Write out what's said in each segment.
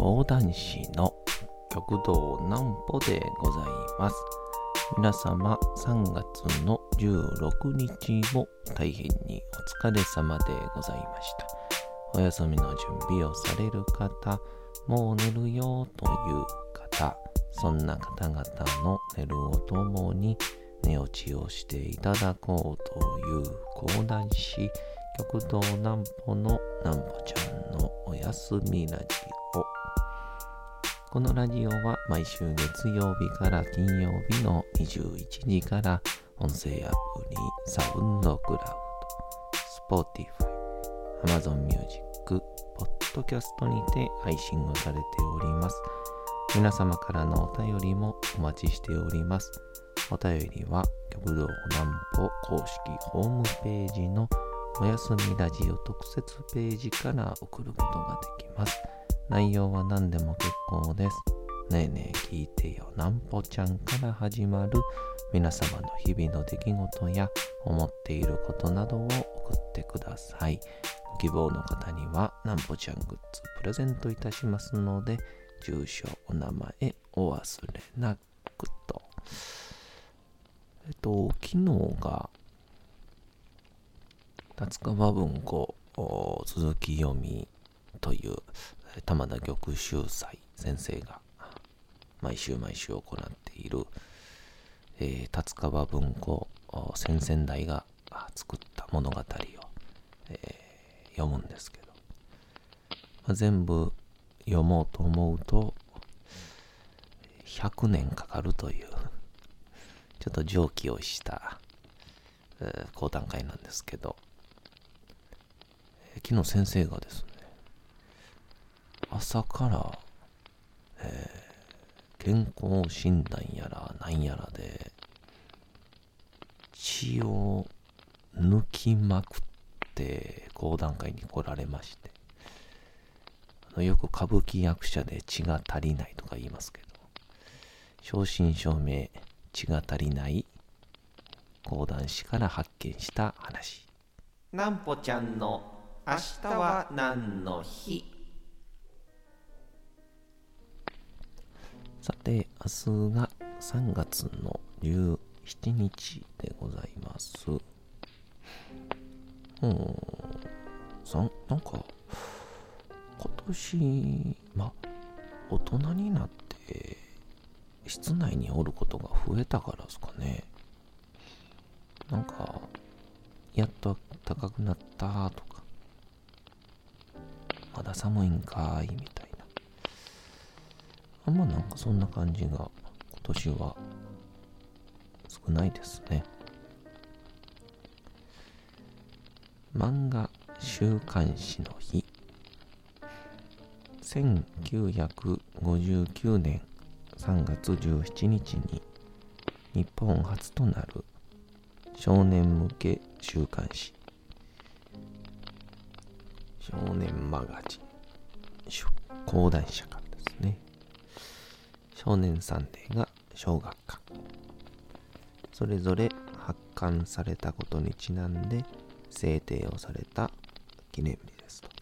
講談師の極道南歩でございます。皆様3月の16日も大変にお疲れ様でございました。お休みの準備をされる方、もう寝るよという方、そんな方々の寝るをともに寝落ちをしていただこうという講談師極道南歩の南歩ちゃんのおやすみラジオ。このラジオは毎週月曜日から金曜日の21時から音声アプリサウンドクラウド、Spotify、Amazon Music、ポッドキャストにて配信をされております。皆様からのお便りもお待ちしております。お便りは極道南歩公式ホームページのおやすみラジオ特設ページから送ることができます。内容は何でも結構です。ねえねえ聞いてよ南歩ちゃんから始まる皆様の日々の出来事や思っていることなどを送ってください。ご希望の方には南歩ちゃんグッズプレゼントいたしますので、住所、お名前お忘れなくと。昨日が立川文庫続き読みという玉田玉秀斎先生が毎週行っている、立川文庫先々代が作った物語を、読むんですけど、全部読もうと思うと100年かかるというちょっと上気をした、講談会なんですけど、昨日先生がですね、朝から、健康診断やらなんやらで血を抜きまくって講談会に来られまして、よく歌舞伎役者で血が足りないとか言いますけど、正真正銘血が足りない講談師から発見した話。南歩ちゃんの明日は何の日。さて、明日が3月の17日でございます。なんか今年大人になって室内におることが増えたからですかね。なんかやっと暖かくなったとか、まだ寒いんかいみたいな、なんかそんな感じが今年は少ないですね。漫画週刊誌の日。1959年3月17日に日本初となる少年向け週刊誌、少年マガジン講談社からですね、少年サンデーが小学館、それぞれ発刊されたことにちなんで制定をされた記念日ですと。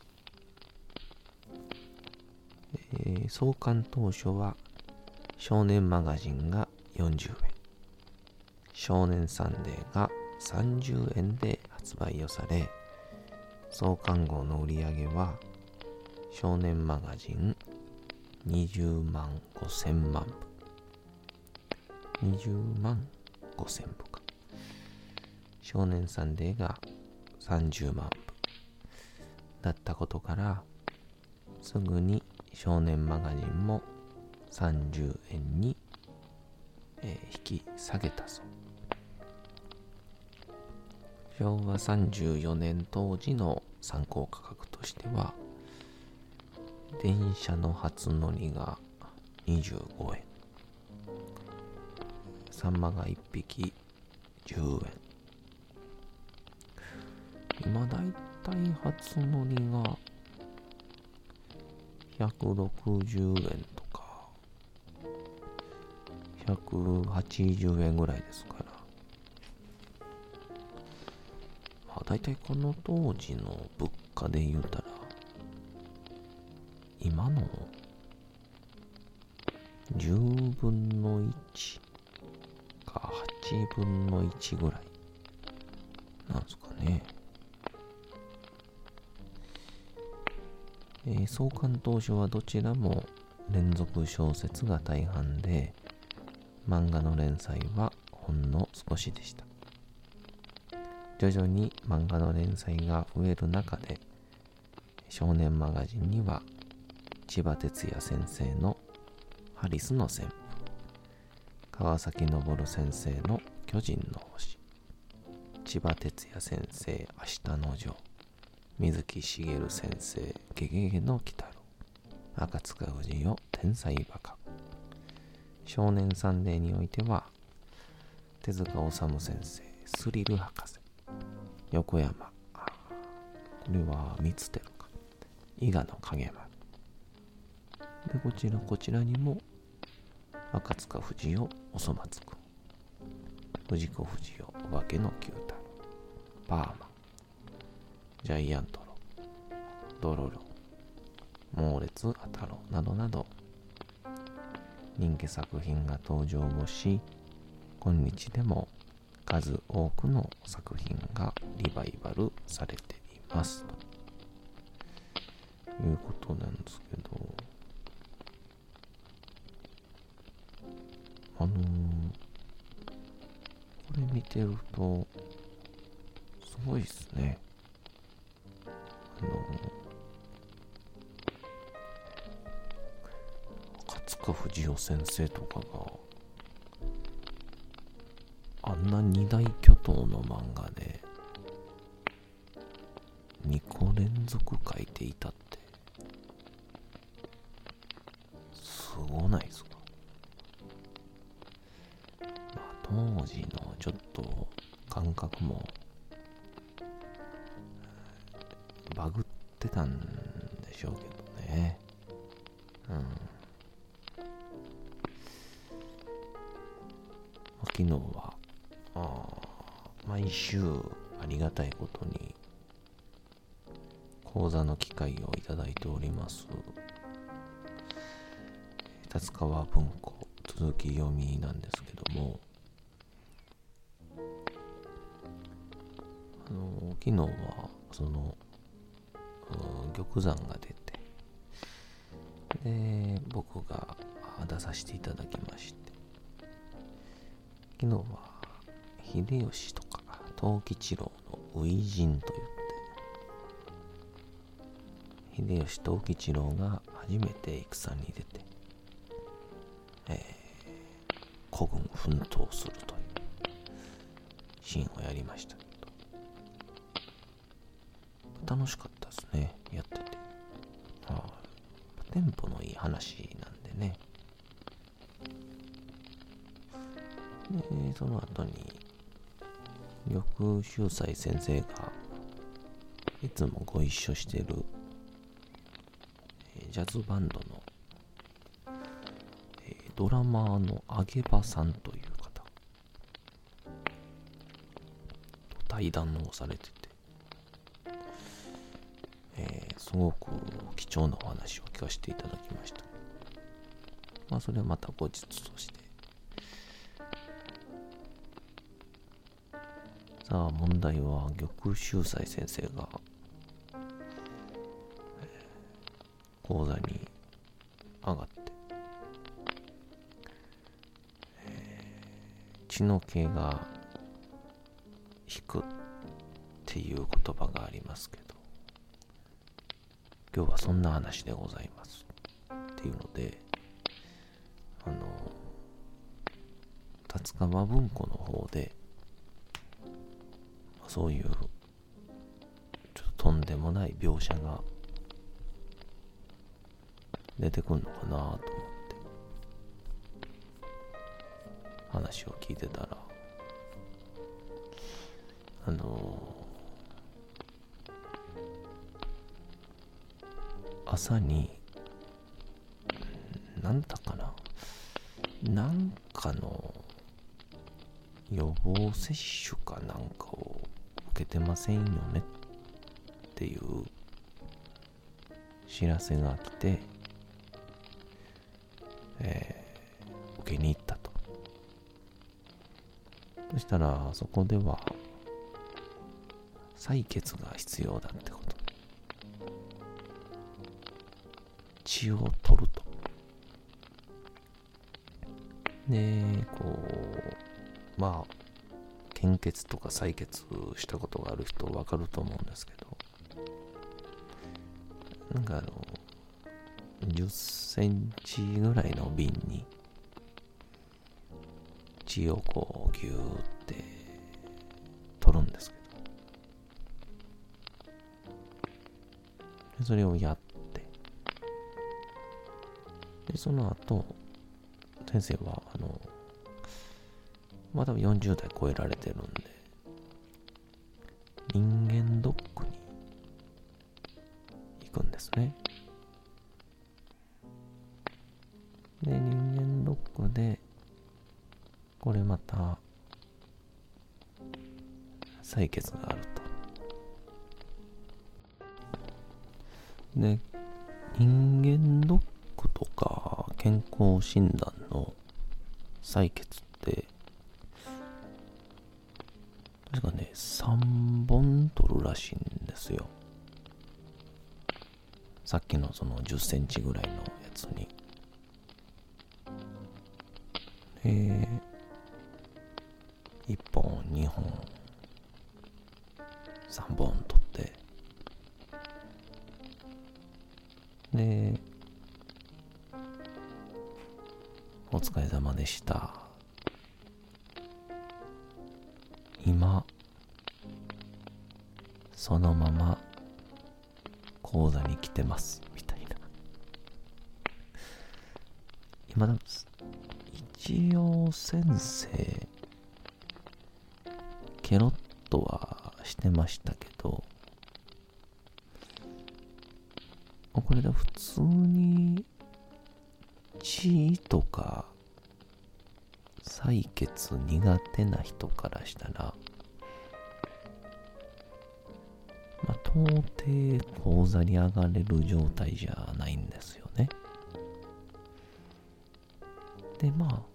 創刊当初は少年マガジンが40円、少年サンデーが30円で発売をされ、創刊号の売り上げは少年マガジン20万5千万部、20万5千部か、少年サンデーが30万部だったことから、すぐに少年マガジンも30円に、引き下げたそう。昭和34年当時の参考価格としては、電車の初乗りが25円、サンマが1匹10円、今だいたい初乗りが160円とか180円ぐらいですから、だいたいこの当時の物価で言うたら今の 10分の1か8分の1ぐらいなんですかね。創刊当初はどちらも連続小説が大半で、漫画の連載はほんの少しでした。徐々に漫画の連載が増える中で、少年マガジンには千葉哲也先生のハリスの旋風、川崎昇先生の巨人の星、千葉哲也先生明日のジョー、水木しげる先生ゲゲゲの鬼太郎、赤塚不二夫天才バカ、少年サンデーにおいては手塚治虫先生スリル博士、横山、これは三つ寺か、伊賀の影丸で、こちらにも赤塚不二夫おそ松くん、藤子不二雄お化けの九太郎、パーマン、ジャイアントロ、ドロロ、猛烈アタロなどなど人気作品が登場をし、今日でも数多くの作品がリバイバルされていますということなんですけど、これ見てるとすごいですね。赤塚不二夫先生とかがあんな二大巨頭の漫画で2個連続書いていたってすごないですか。当時のちょっと感覚もバグってたんでしょうけどね。昨日は毎週ありがたいことに講座の機会をいただいております立川文庫続き読みなんですけども、昨日はその玉山が出て、で僕が出させていただきまして、昨日は秀吉とか藤吉郎の初陣といって、秀吉藤吉郎が初めて戦に出て、孤軍奮闘するというシーンをやりましたけど、楽しかったですね、やってて。テンポのいい話なんでね。でその後に緑秀斎先生がいつもご一緒しているジャズバンドのドラマーのあげばさんという方と対談をされてて、すごく貴重なお話を聞かせていただきました。それはまた後日として。さあ問題は玉秀斎先生が講座に上がって、血の気が引くっていう言葉がありますけど、今日はそんな話でございますっていうので、立川文庫の方でそういうちょっととんでもない描写が出てくるのかなと思って話を聞いてたら、朝になんだかな、なんかの予防接種かなんかを受けてませんよねっていう知らせが来て、 受けに行ったと。そしたらそこでは採血が必要だってこと。血を取ると。で、献血とか採血したことがある人わかると思うんですけど、10センチぐらいの瓶に血をギューって取るんですけど、それをやって、でその後先生は多分40代超えられてるんで、人間ドックに行くんですね。で、人間ドックでこれまた採血があると。で、人間ドックとか健康診断の採血って確かね3本取るらしいんですよ。さっきのその10センチぐらいのやつに1本2本3本取って、でお疲れ様でした、今そのまま講座に来てますみたいな。今だ一応先生ケロッとはしてましたけど、これで普通に血とか採血苦手な人からしたら、到底講座に上がれる状態じゃないんですよね。で、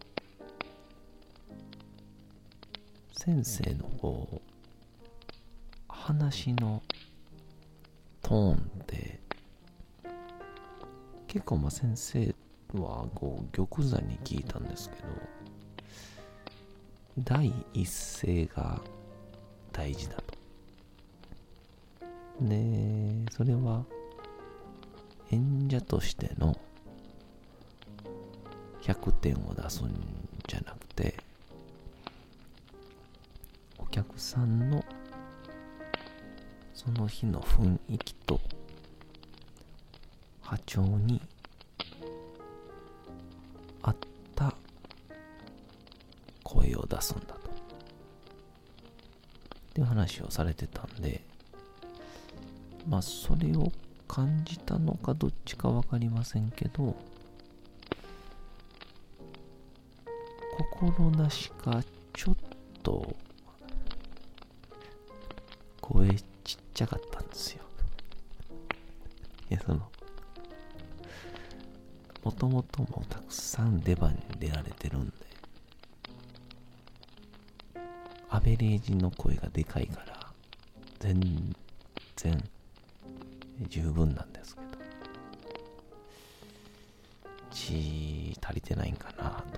先生の話のトーンって結構先生は玉座に聞いたんですけど、第一声が大事だと。で、それは演者としての100点を出すんじゃなくて、お客さんのその日の雰囲気と波長に合った声を出すんだとっていう話をされてたんで、それを感じたのかどっちかわかりませんけど、心なしかちょっと声ちっちゃかったんですよ。いや、もともともたくさん出番に出られてるんで、アベレージの声がでかいから全然十分なんですけど、血足りてないんかなと思って、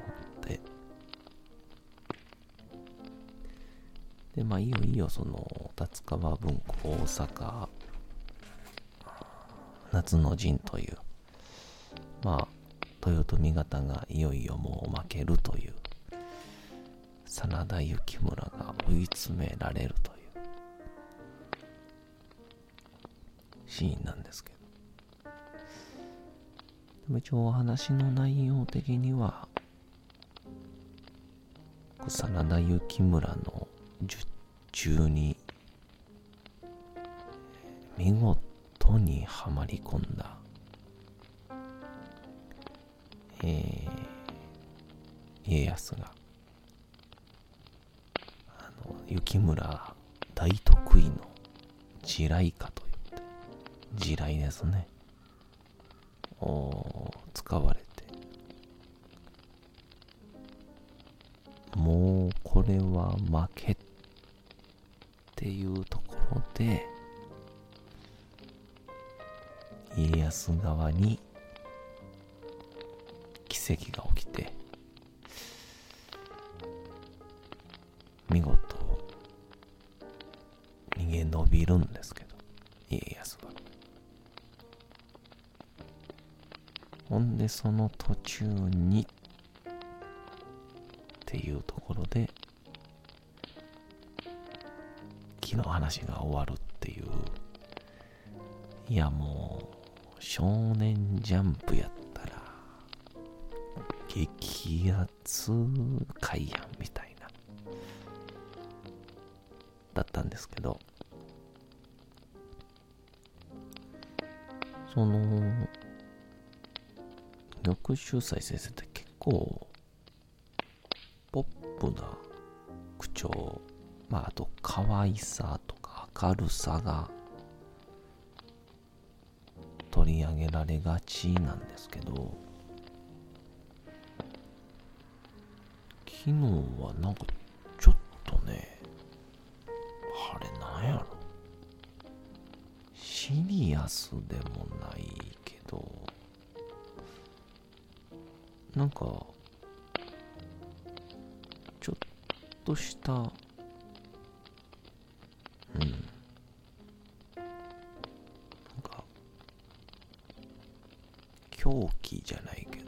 でいよいよその立川文庫大阪夏の陣という豊臣方がいよいよもう負けるという、真田幸村が追い詰められるというシーンなんですけど、でも一応お話の内容的には真田幸村の術中に見事にはまり込んだ、家康が幸村大得意の地雷かといって地雷ですねを使われて、 負けっていうところで家康側に奇跡が起きて、見事逃げ延びるんですけど、家康は。ほんでその途中にっていうところで木の話が終わるっていう。いやもう少年ジャンプやったら激アツ回やんみたいなだったんですけど、その玉秀斎先生って結構ポップな口調、あと可愛さとか明るさが取り上げられがちなんですけど、昨日はなんかちょっとね、あれなんやろ、シリアスでもないけど、なんかちょっとしたなんか狂気じゃないけど、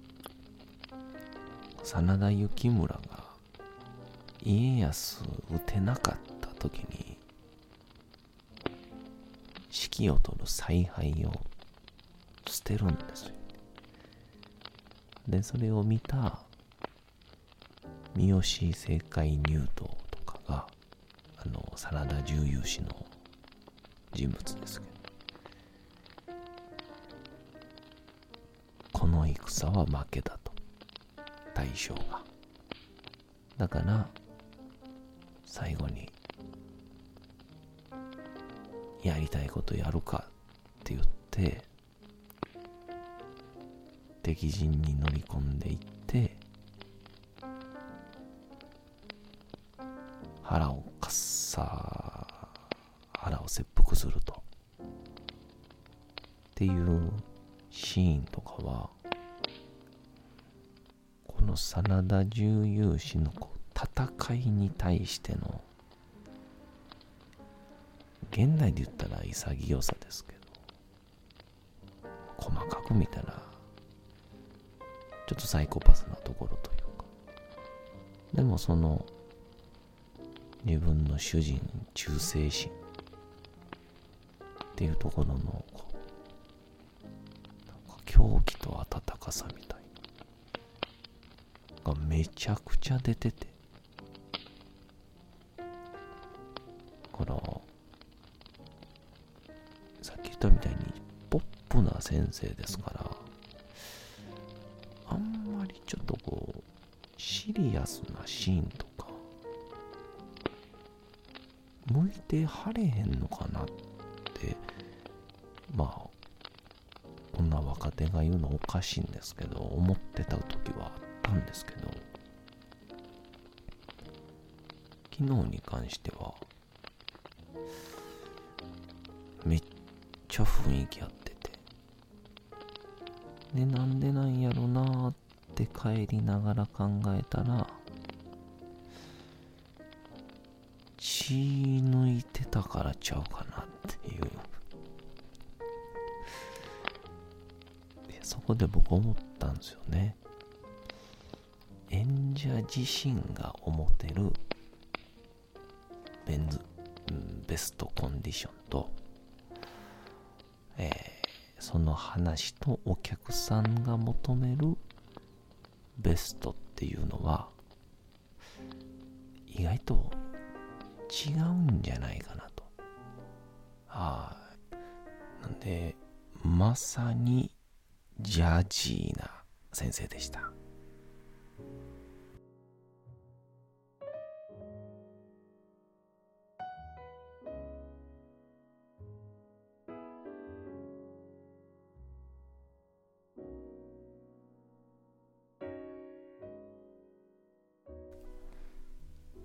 真田幸村が家康討てなかった時に指揮を取る采配を捨てるんですよ。でそれを見た三好政界入党とかが真田重勇士の人物ですけど、この戦は負けだと、大将が。だから最後にやりたいことやるかって言って敵陣に乗り込んでいって、腹を切腹するとっていうシーンとかは、この真田重勇士の戦いに対しての、現代で言ったら潔さですけど、細かく見たらちょっとサイコパスなところというか、でもその自分の主人忠誠心っていうところのなんか狂気と温かさみたいながめちゃくちゃ出てて、このさっき言ったみたいにポップな先生ですから、あんまりちょっとシリアスなシーンとか向いてはれへんのかなって、こんな若手が言うのおかしいんですけど、思ってた時はあったんですけど、昨日に関してはめっちゃ雰囲気あってて、でなんでなんやろなーって帰りながら考えたら、血抜いてたからちゃうかなっていう。そこで僕思ったんですよね。演者自身が思ってるベストコンディションと、その話とお客さんが求めるベストっていうのは意外と違うんじゃないかなと。なんでまさにジャジーな先生でした。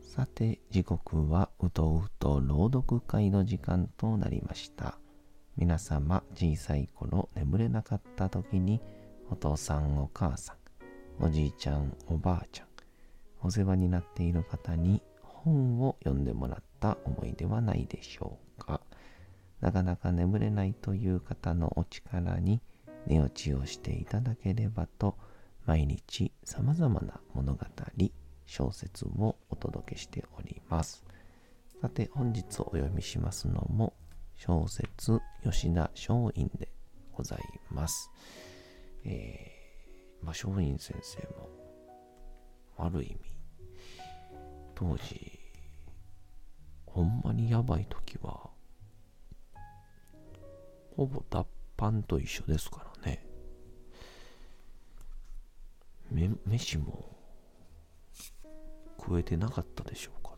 さて、時刻はうとうと朗読会の時間となりました。皆様、小さい頃眠れなかった時に、お父さんお母さん、おじいちゃんおばあちゃん、お世話になっている方に本を読んでもらった思いではないでしょうか。なかなか眠れないという方のお力に寝落ちをしていただければと、毎日さまざまな物語、小説をお届けしております。さて、本日お読みしますのも小説吉田松陰でございます。松陰先生もある意味当時ほんまにやばい時はほぼ脱藩と一緒ですからね。飯も食えてなかったでしょうから、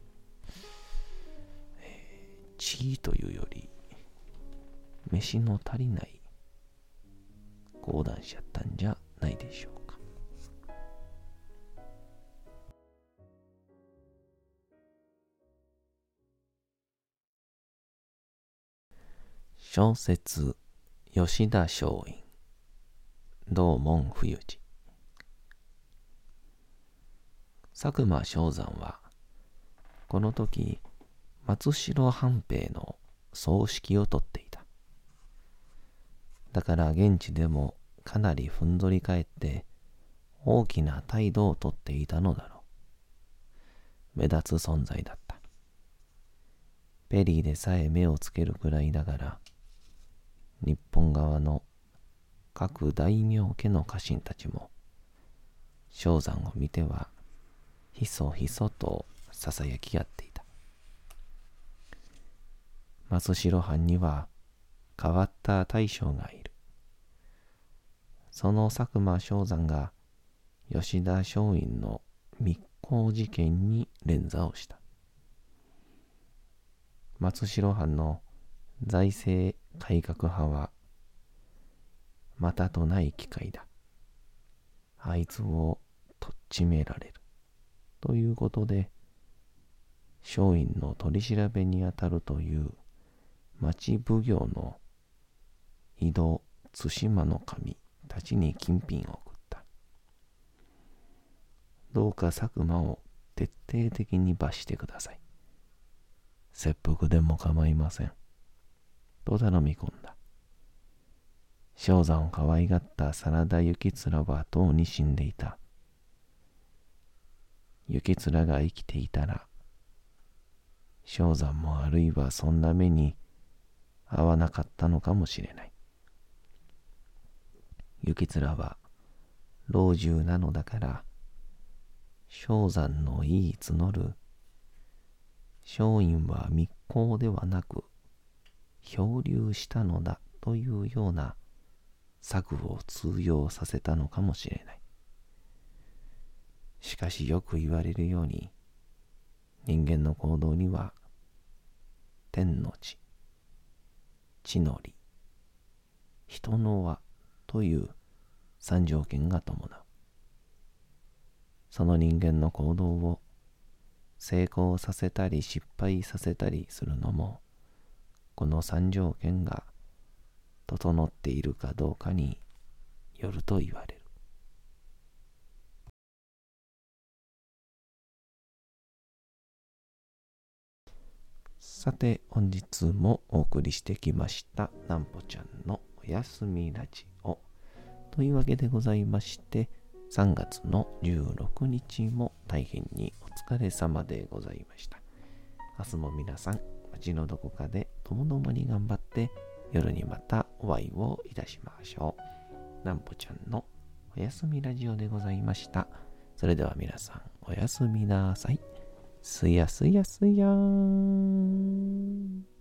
地位というより飯の足りない講談師やったんじゃないでしょうか。小説吉田松陰道門冬治。佐久間象山はこの時松代半平の葬式をとっていた。だから現地でもかなりふんぞり返って大きな態度をとっていたのだろう。目立つ存在だった。ペリーでさえ目をつけるくらいだから、日本側の各大名家の家臣たちも象山を見てはひそひそとささやき合っていた。松代藩には変わった大将がいる。その佐久間象山が吉田松陰の密航事件に連座をした。松代藩の財政改革派はまたとない機会だ。あいつをとっちめられる。ということで、松陰の取り調べにあたるという町奉行の井戸対馬の神たちに金品を送った。どうか佐久間を徹底的に罰してください。切腹でも構いません。と頼み込んだ。象山を可愛がった真田幸貫はとうに死んでいた。幸貫が生きていたら、象山もあるいはそんな目に遭わなかったのかもしれない。幸貫は老中なのだから、象山の言い募る、松陰は密航ではなく漂流したのだというような策を通用させたのかもしれない。しかしよく言われるように、人間の行動には天の地、地の利、人の和という三条件が伴う。その人間の行動を成功させたり失敗させたりするのも、この三条件が整っているかどうかによると言われる。さて、本日もお送りしてきましたなんぽちゃんのおやすみラジオというわけでございまして、3月の16日も大変にお疲れ様でございました。明日も皆さん街のどこかでともどもに頑張って夜にまたお会いをいたしましょう。なんぽちゃんのおやすみラジオでございました。それでは皆さんおやすみなさい。すやすやすやーん。